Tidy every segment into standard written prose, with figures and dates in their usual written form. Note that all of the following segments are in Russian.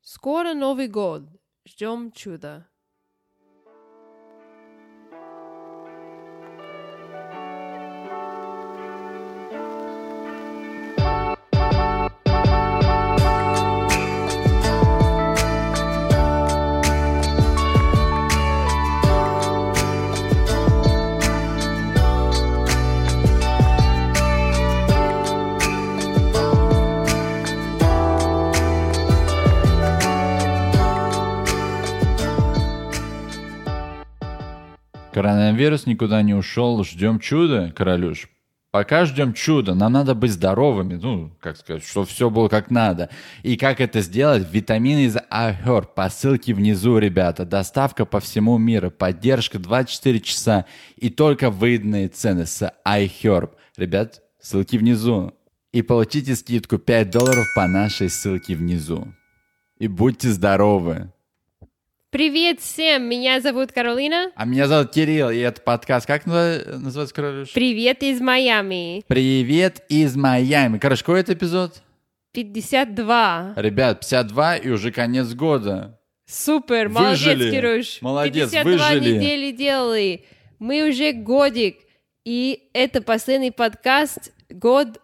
Скоро Новый год. Ждем чуда. Коронавирус никуда не ушел, ждем чуда, Королюш. Пока ждем чуда, нам надо быть здоровыми, как сказать, чтобы все было как надо. И как это сделать? Витамины из iHerb по ссылке внизу, ребята. Доставка по всему миру, поддержка 24 часа и только выданные цены с iHerb. Ребят, ссылки внизу. И получите скидку $5 по нашей ссылке внизу. И будьте здоровы. Привет всем, меня зовут Каролина. А меня зовут Кирилл, и это подкаст, как называется, Королюш? Привет из Майами. Привет из Майами. Короче, какой это эпизод? 52. Ребят, 52 и уже конец года. Супер, выжили. Молодец, Кируш. Молодец, 52 выжили. недели делали. Мы уже годик. И это последний подкаст, год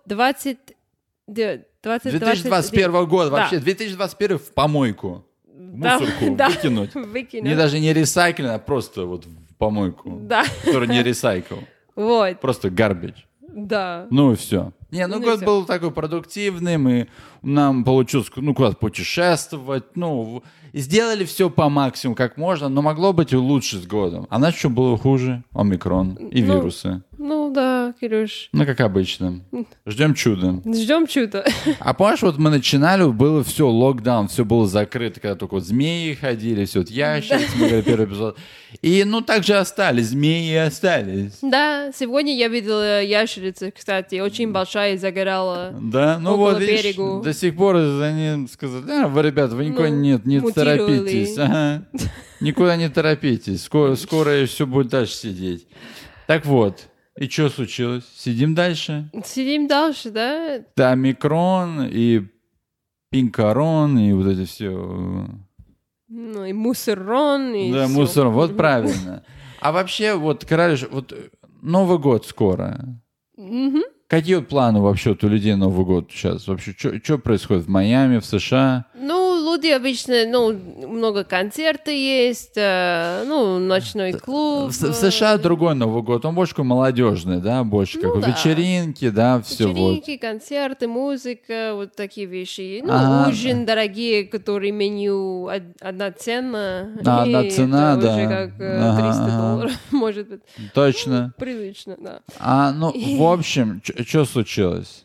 2021 года, да. вообще 2021 в помойку. Да, Мусорку да. выкинуть. Не даже не ресайклинг, а просто вот в помойку. Да. Который не ресайкл. Вот, Просто garbage. да. Ну и все. Год всё. был такой продуктивный, нам получилось, куда-то путешествовать, сделали все по максимуму, как можно, но могло быть и лучше с годом. А знаешь, что было хуже? Омикрон и вирусы. Ну да, Кирюш. Как обычно. Ждем чуда. Ждем чуда. А помнишь, вот мы начинали, было все, локдаун, все было закрыто, когда только вот змеи ходили, все, вот ящерицы, мы говорили, первый эпизод. И, так же остались, змеи остались. Да, сегодня я видела ящерицу, кстати, очень большая, загорала. Да, около видишь, берегу. до сих пор они сказали, вы, ребята, вы никуда не мутировали. торопитесь. Ага. Никуда не торопитесь, скоро все будет дальше сидеть. Так вот, и что случилось? Сидим дальше? Сидим дальше, да? Да, омикрон и пинкарон и вот эти все... И мусорон, и Да, всё. мусорон, вот правильно. А вообще, вот, Королюш, вот Новый год скоро. Какие вот планы вообще у людей Новый год сейчас? Вообще, что происходит в Майами, в США? Люди обычно, много концертов есть, ночной клуб. В США другой Новый год, он больше такой молодежный, да, больше как да. вечеринки, да, все Вечеринки, концерты, музыка, вот такие вещи. Ужин дорогие, которые меню одна цена. Одна и цена, это да. уже как $300, может быть. Точно. Привычно, да. В общем, что случилось?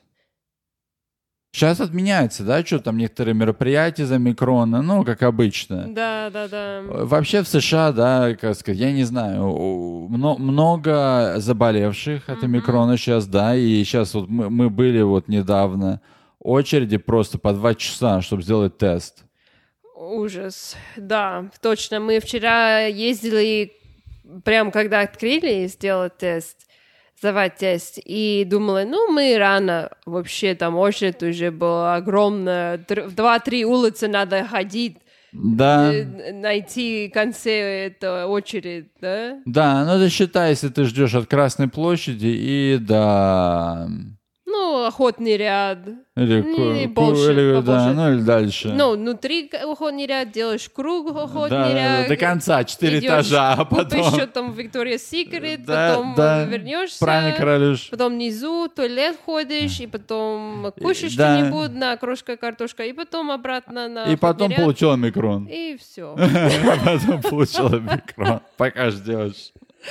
Сейчас отменяется, да, что там некоторые мероприятия за омикрона, как обычно. Да. Вообще в США, да, как сказать, я не знаю, много заболевших от омикрона сейчас, да, и сейчас вот мы были вот недавно, очереди просто по 2 часа, чтобы сделать тест. Ужас, да, точно. Мы вчера ездили, прям когда открыли, сделать тест, сдавать тест, и думала, мы рано, вообще там очередь уже была огромная, 2-3 улицы надо ходить, Да. найти в конце эту очередь, да? Да, это считай, если ты ждешь от Красной площади и до... Охотный ряд. Или больше, или побольше. или дальше. Внутри охотный ряд, делаешь круг охотный ряд. До конца, 4 идёшь, этажа, а потом... Купишь что там Victoria's Secret, Да, потом да. вернешься. Правильно, Королюш. Потом внизу туалет ходишь, и потом кушаешь Да. что-нибудь на картошка, и потом обратно на И потом охотный ряд, получил омикрон. и все. А потом получил омикрон. Пока ждешь.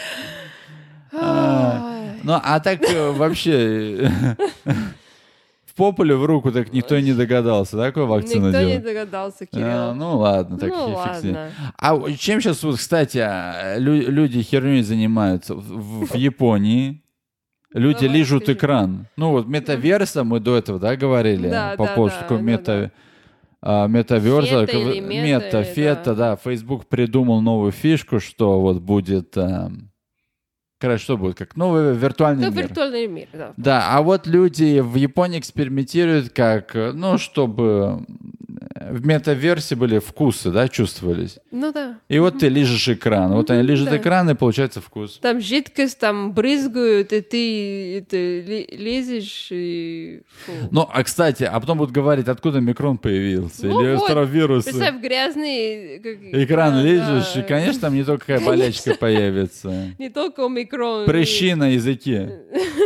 А так вообще... В популе в руку так никто и не догадался, да, какую вакцину Никто не делать? догадался, Кирилл. Ладно, так Ну, фиг с ним. ладно. А чем сейчас, кстати, люди херней занимаются? В Японии люди Давай, лижут скажи. экран. Метаверса, мы до этого, да, говорили? Да, по да, поводу да, такого да. метаверса. Фета или мета, Фета, да. Facebook придумал новую фишку, что вот будет... Короче, что будет? Как новый виртуальный мир. Виртуальный мир, да. Да, а вот люди в Японии экспериментируют как, чтобы в метаверсе были вкусы, да, чувствовались. Ну да. И вот ты лижешь экран. Вот они лижут да. экран, и получается вкус. Там жидкость, там брызгают, и ты это, лезешь, и... Фу. Ну, а кстати, а потом будут говорить, откуда микрон появился. Ну или вот, вирусы. представь, грязный... Экран да, лижешь, да. и, конечно, там не только какая болячка появится. Не только омикрон. Прыщи на языке.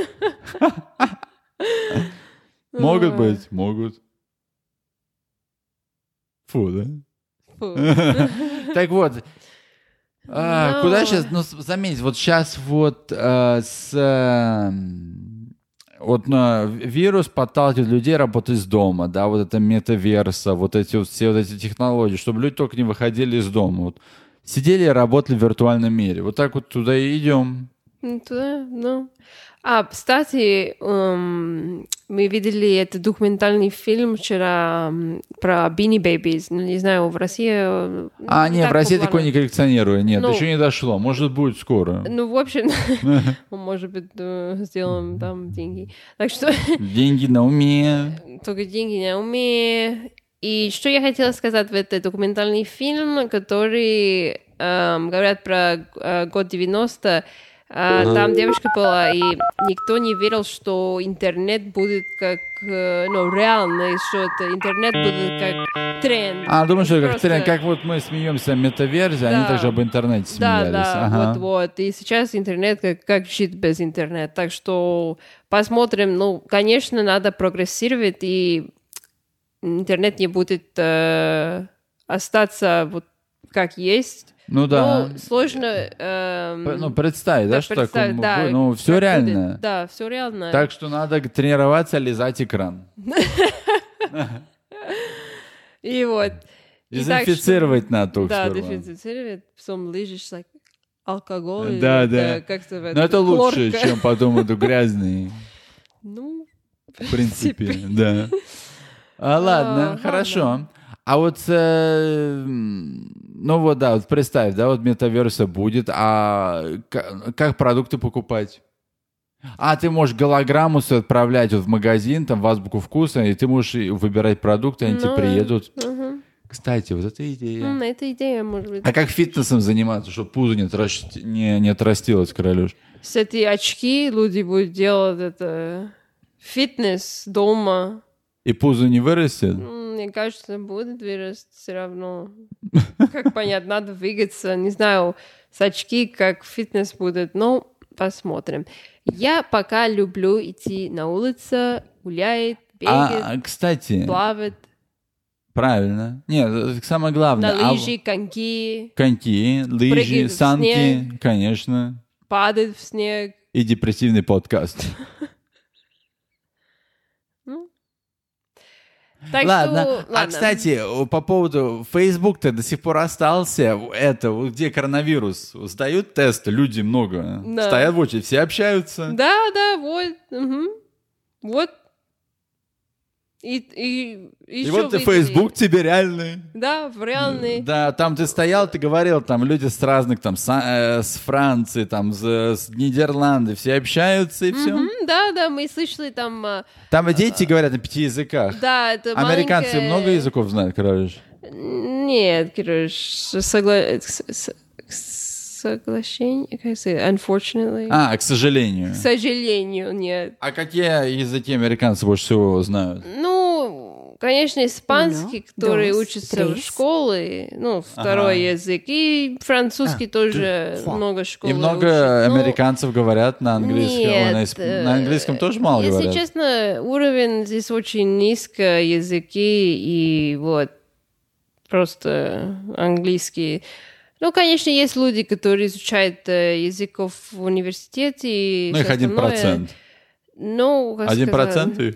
Могут быть? Могут. Фу, да? Фу. Так вот, куда сейчас, ну, заметь, вот сейчас вот вирус подталкивает людей работать из дома, да, вот это метаверса, вот эти вот, все вот эти технологии, чтобы люди только не выходили из дома, вот. Сидели и работали в виртуальном мире. Вот так вот туда и идем. Да, ну. Кстати, мы видели этот документальный фильм вчера про Beanie Babies. Ну, не знаю, в России... Нет, в России популярно. такое не коллекционирую. Нет, Ну, еще не дошло. Может, будет скоро. Ну, в общем, может быть, сделаем там деньги. Так что... Деньги на уме. Только деньги на уме. И что я хотела сказать в этот документальный фильм, который говорят про год 90. Там девушка была, и никто не верил, что интернет будет как, реально, и что это интернет будет как тренд. Думаешь, что как Просто- тренд, как вот мы смеемся о метаверзе, они Да. также об интернете смеялись. Да, Ага. вот. И сейчас интернет как жить без интернета. Так что посмотрим. Ну, конечно, надо прогрессировать, и интернет не будет остаться вот как есть. Ну да. Ну, сложно... Ну, представь, да, что такое представить, да, будет. Ну, все как реально. будет. Да, все реально. Так что надо тренироваться, лизать экран. И вот. И Дезинфицировать надо только Да, сперва. дезинфицировать, потом лежишь, алкоголь. Да, или да. как-то в Но это лучше, хлорка. чем потом эту грязный. Ну, В принципе, да. Ладно, ладно. хорошо. А вот, ну вот, да, вот представь, да, вот метаверса будет, а как продукты покупать? Ты можешь голограмму свою отправлять вот в магазин, там, в азбуку вкуса, и ты можешь выбирать продукты, они тебе приедут. Кстати, вот эта идея. Это идея, может быть. А как фитнесом заниматься, чтобы пузо не отрастилось, королюш? С эти очки люди будут делать это фитнес дома. И пузо не вырастет? Мне кажется, будет вырасти все равно. Как понять, надо двигаться. Не знаю, с очки как фитнес будет, но посмотрим. Я пока люблю идти на улицу, гулять, бегать, Кстати, плавать, правильно. Нет, самое главное. на лыжи, коньки, Коньки, лыжи, Прыгать в санки, снег. конечно. падать в снег. И депрессивный подкаст. Так Ладно. что, ладно. Кстати, по поводу Facebook-то до сих пор остался. Это, вот где коронавирус. Сдают тесты, люди много. Да. Стоят в очереди, все общаются. Да, вот. Вот. И вот ты Facebook тебе реальный. Да, в реальный. Да, там ты стоял, ты говорил, там люди с разных, там, с Франции, там, с Нидерланды, все общаются и все. Да, мы слышали там... Там дети говорят на 5 языках. Да, это Американцы маленькая- много языков знают, короче? Нет, Кирюш, соглашение, как сказать, unfortunately. К сожалению. К сожалению, нет. А какие языки американцы больше всего знают? Ну, конечно, испанский, который учится в школе, второй язык, и французский тоже много школ И много учат. Ну, американцев говорят на английском. нет, На английском тоже мало если говорят. честно, уровень здесь очень низко, языки, и вот, просто английский. Ну, конечно, есть люди, которые изучают языков в университете. И Ну, их всё остальное. 1%. Ну, как 1%? сказать,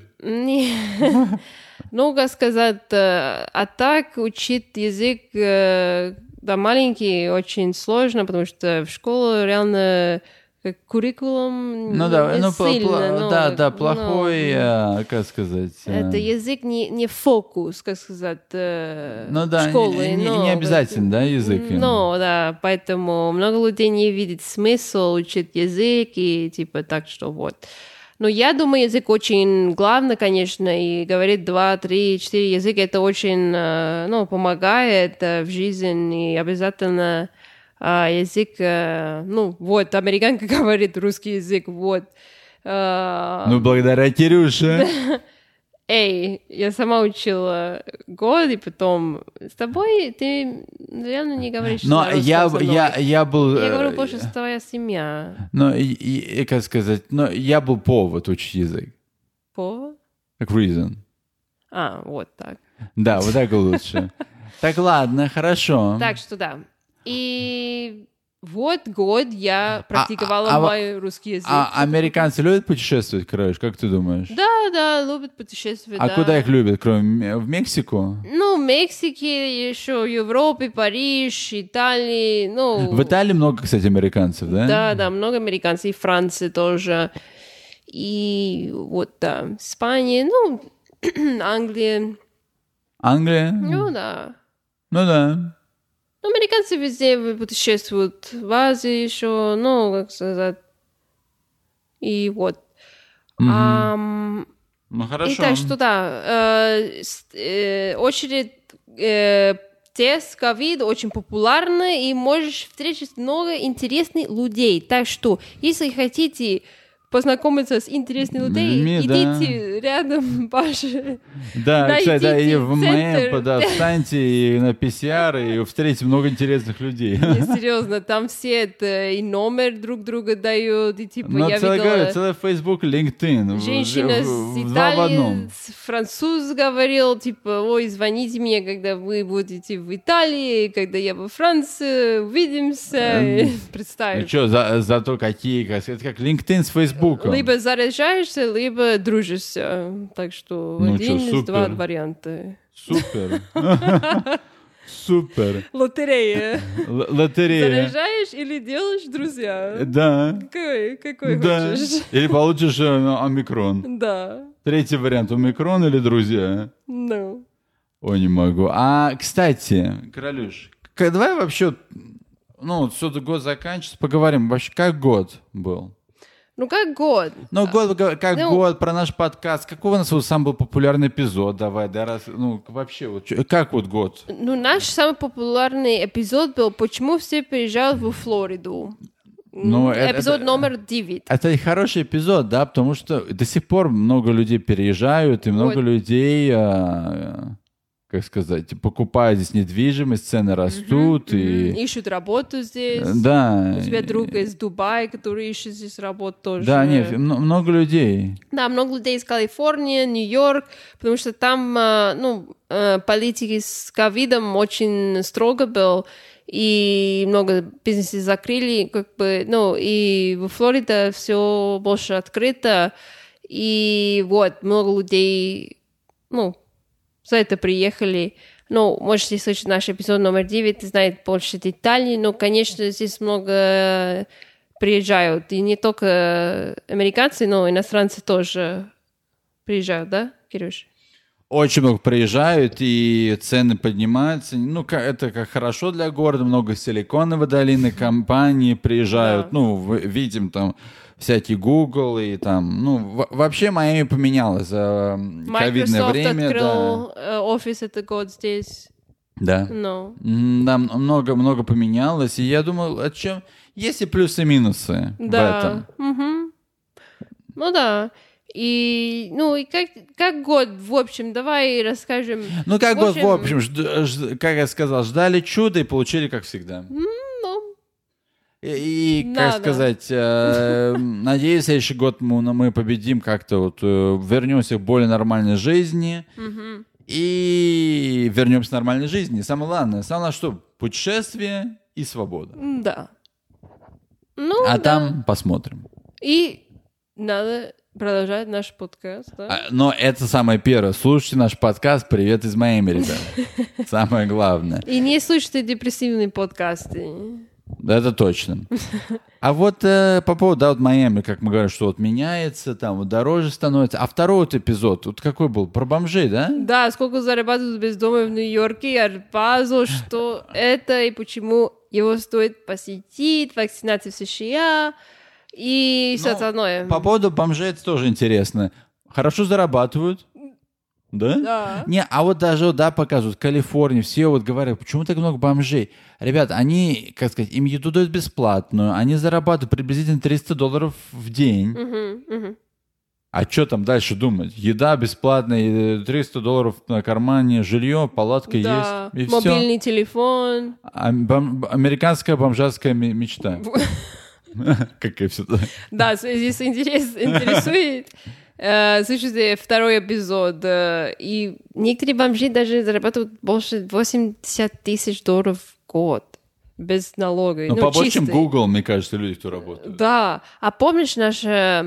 ну, как сказать, а так учить язык, да, маленький, очень сложно, потому что в школу реально как куррикулум Ну да, не сильно, плохой, как сказать... Это язык не фокус, как сказать, Ну да, школы. не обязательно, да, язык? Ну да, поэтому много людей не видит смысл учить язык, и типа так что вот. Но я думаю, язык очень главный, конечно, и говорит 2, 3, 4 языка, это очень, ну, помогает в жизни, и обязательно язык, ну, вот, американка говорит русский язык, вот. Ну, благодаря Кирюше. Эй, я сама учила год, и потом с тобой ты реально не говоришь Но на русском я со мной. был... Я говорю больше с твоя семья. Ну, и как сказать, но я был повод учить язык. Повод? Как reason. Вот так. Да, вот так лучше. Так, ладно, хорошо. Так что да. И вот год я практиковала мой русский язык. Американцы любят путешествовать, Караюш, как ты думаешь? Да, любят путешествовать, да. Куда их любят, кроме в Мексику? Ну, в Мексике, еще в Европе, Париж, Италии, ну... В Италии много, кстати, американцев, да? Да, много американцев, и Франции тоже. И вот, да, Испания, ну, Англия. Англия? Ну, да. Ну, да. Ну, американцы везде путешествуют, в Азии еще, ну, как сказать. И вот. Ну, хорошо. И так что, да, очередь тест ковид очень популярный, и можешь встретить много интересных людей. Так что, если хотите познакомиться с интересными людьми, идите рядом, Паша. Да, кстати, да, и в центр. да, встаньте и на PCR, и встретите много интересных людей. Не, серьезно, там все это и номер друг друга дают, и типа Но я видела... целый Facebook, LinkedIn. Женщина с Италии, француз говорил, типа, ой, звоните мне, когда вы будете в Италии, когда я во Франции, увидимся. Представь. Ну что, зато какие, это как LinkedIn с Facebook. Либо заряжаешься, либо дружишься. Так что один из два варианта. Супер. Супер. Лотерея. Лотерея. Заряжаешь или делаешь друзья? Да. Какой хочешь? Или получишь омикрон. Да. Третий вариант, омикрон или друзья? Ну. Ой, не могу. Кстати, Королюш, давай вообще, ну, все, год заканчивается, поговорим. Вообще, как год был? Ну, как год. Ну, год, про наш подкаст. Какой у нас вот самый был популярный эпизод? Давай, вообще, вот, как вот год? Ну, наш самый популярный эпизод был «Почему все приезжают в Флориду». Эпизод номер 9. Это хороший эпизод, да, потому что до сих пор много людей переезжают, и много людей, как сказать, покупают здесь недвижимость, цены растут. И... Ищут работу здесь. Да. У тебя друг из Дубая, который ищет здесь работу тоже. Да, нет, много людей. Да, много людей из Калифорнии, Нью-Йорк, потому что там, политики с ковидом очень строго был, и много бизнесов закрыли, как бы, и во Флориде все больше открыто, и вот, много людей, за это приехали. Можете слышать наш эпизод номер 9, знает больше деталей, но, конечно, здесь много приезжают, и не только американцы, но и иностранцы тоже приезжают, да, Кирюш? Очень много приезжают, и цены поднимаются. Это как хорошо для города. Много силиконовой долины, компании приезжают. Да. Видим там всякие Google и там... вообще Майами поменялось за ковидное время. Microsoft открыл офис этот год здесь. Да. Да, много поменялось. И я думал, о чем... Есть и плюсы и минусы в этом. Угу. Ну да. И как год, в общем, давай расскажем. Как год, в общем, как я сказал, ждали чуда и получили, как всегда. И как сказать, надеюсь, в следующий год мы победим как-то, вернемся к более нормальной жизни. И вернемся к нормальной жизни. Самое главное, что? Путешествие и свобода. Да. Там посмотрим. И надо продолжать наш подкаст, да? Но это самое первое. Слушайте наш подкаст «Привет из Майами», ребят. Самое главное. И не слушайте депрессивные подкасты. Это точно. А вот по поводу Майами, как мы говорим, что меняется, там дороже становится. А второй эпизод, какой был? Про бомжей, да? Да, сколько зарабатывают бездомные в Нью-Йорке, я рассказывал, что это и почему его стоит посетить, вакцинация в США. и все остальное. По поводу бомжей это тоже интересно. Хорошо зарабатывают. Да? Да. Не, а вот даже, да, показывают, в Калифорнии, все вот говорят, почему так много бомжей? Ребят, они, как сказать, им еду дают бесплатную, они зарабатывают приблизительно $300 в день. А что там дальше думать? Еда бесплатная, $300 на кармане, жилье, палатка Да, есть, и мобильный телефон. Американская бомжатская мечта. Как и всегда. Да, здесь интересует. Слушайте, второй эпизод. И некоторые бомжи даже зарабатывают больше $80 тысяч в год. Без налога. Ну, побольше, чем чистый. Google, мне кажется, люди, кто работают. Да. А помнишь, наша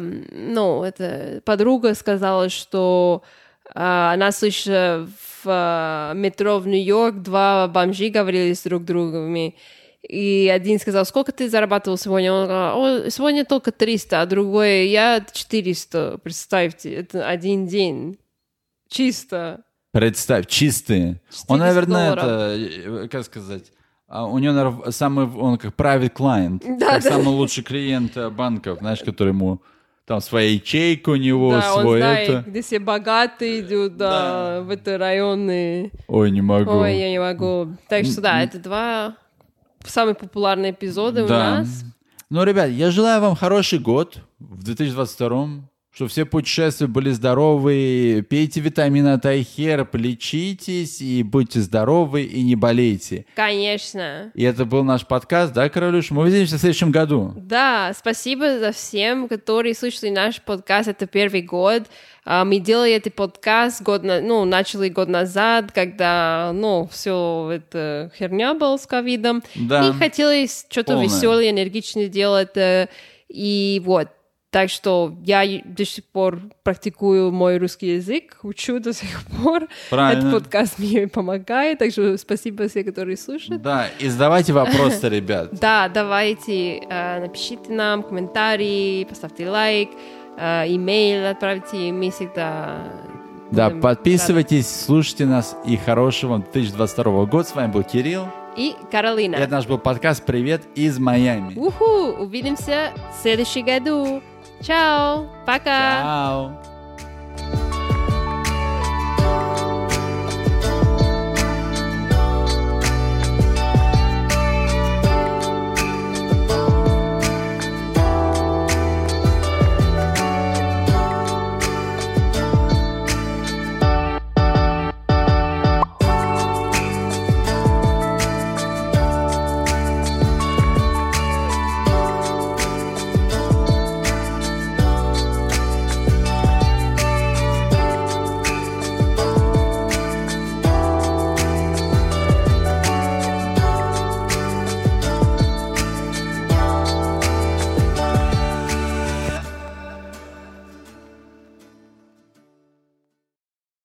подруга сказала, что она слышала в метро в Нью-Йорк, два бомжи говорили с друг другом. И один сказал, сколько ты зарабатывал сегодня? Он сказал, сегодня только 300, а другой, я 400. Представьте, это один день. Чисто. Представь, чистые. Он, наверное, это, как сказать, у него, наверное, он как private client, как самый лучший клиент банков, знаешь, который ему... Там своя ячейка у него, да, свой он знает, это. где все богатые идут, в эти районы. Ой, не могу. Ой, я не могу. Так что да, это два самые популярные эпизоды у нас. Ну, ребят, я желаю вам хороший год в 2022, чтобы все путешествия были здоровые, пейте витамин от iHerb, лечитесь и будьте здоровы и не болейте. Конечно. И это был наш подкаст, да, Каролюш? Мы увидимся в следующем году. Да, спасибо за всем, которые слушали наш подкаст. Это первый год. Мы делали этот подкаст начали год назад, когда, все это херня была с ковидом. Да. И хотелось что-то веселое, энергичное делать. И вот. Так что я до сих пор практикую мой русский язык, учу до сих пор. Правильно. Этот подкаст мне помогает, так что спасибо всем, которые слушают. Да, и задавайте вопросы, ребят. Да, давайте, напишите нам комментарии, поставьте лайк, имейл отправьте, мы всегда... Да, подписывайтесь, слушайте нас, и хорошего вам 2022 года. С вами был Кирилл. И Каролина. Это наш был подкаст «Привет из Майами». Увидимся в следующем году. Чао, пока. Чао.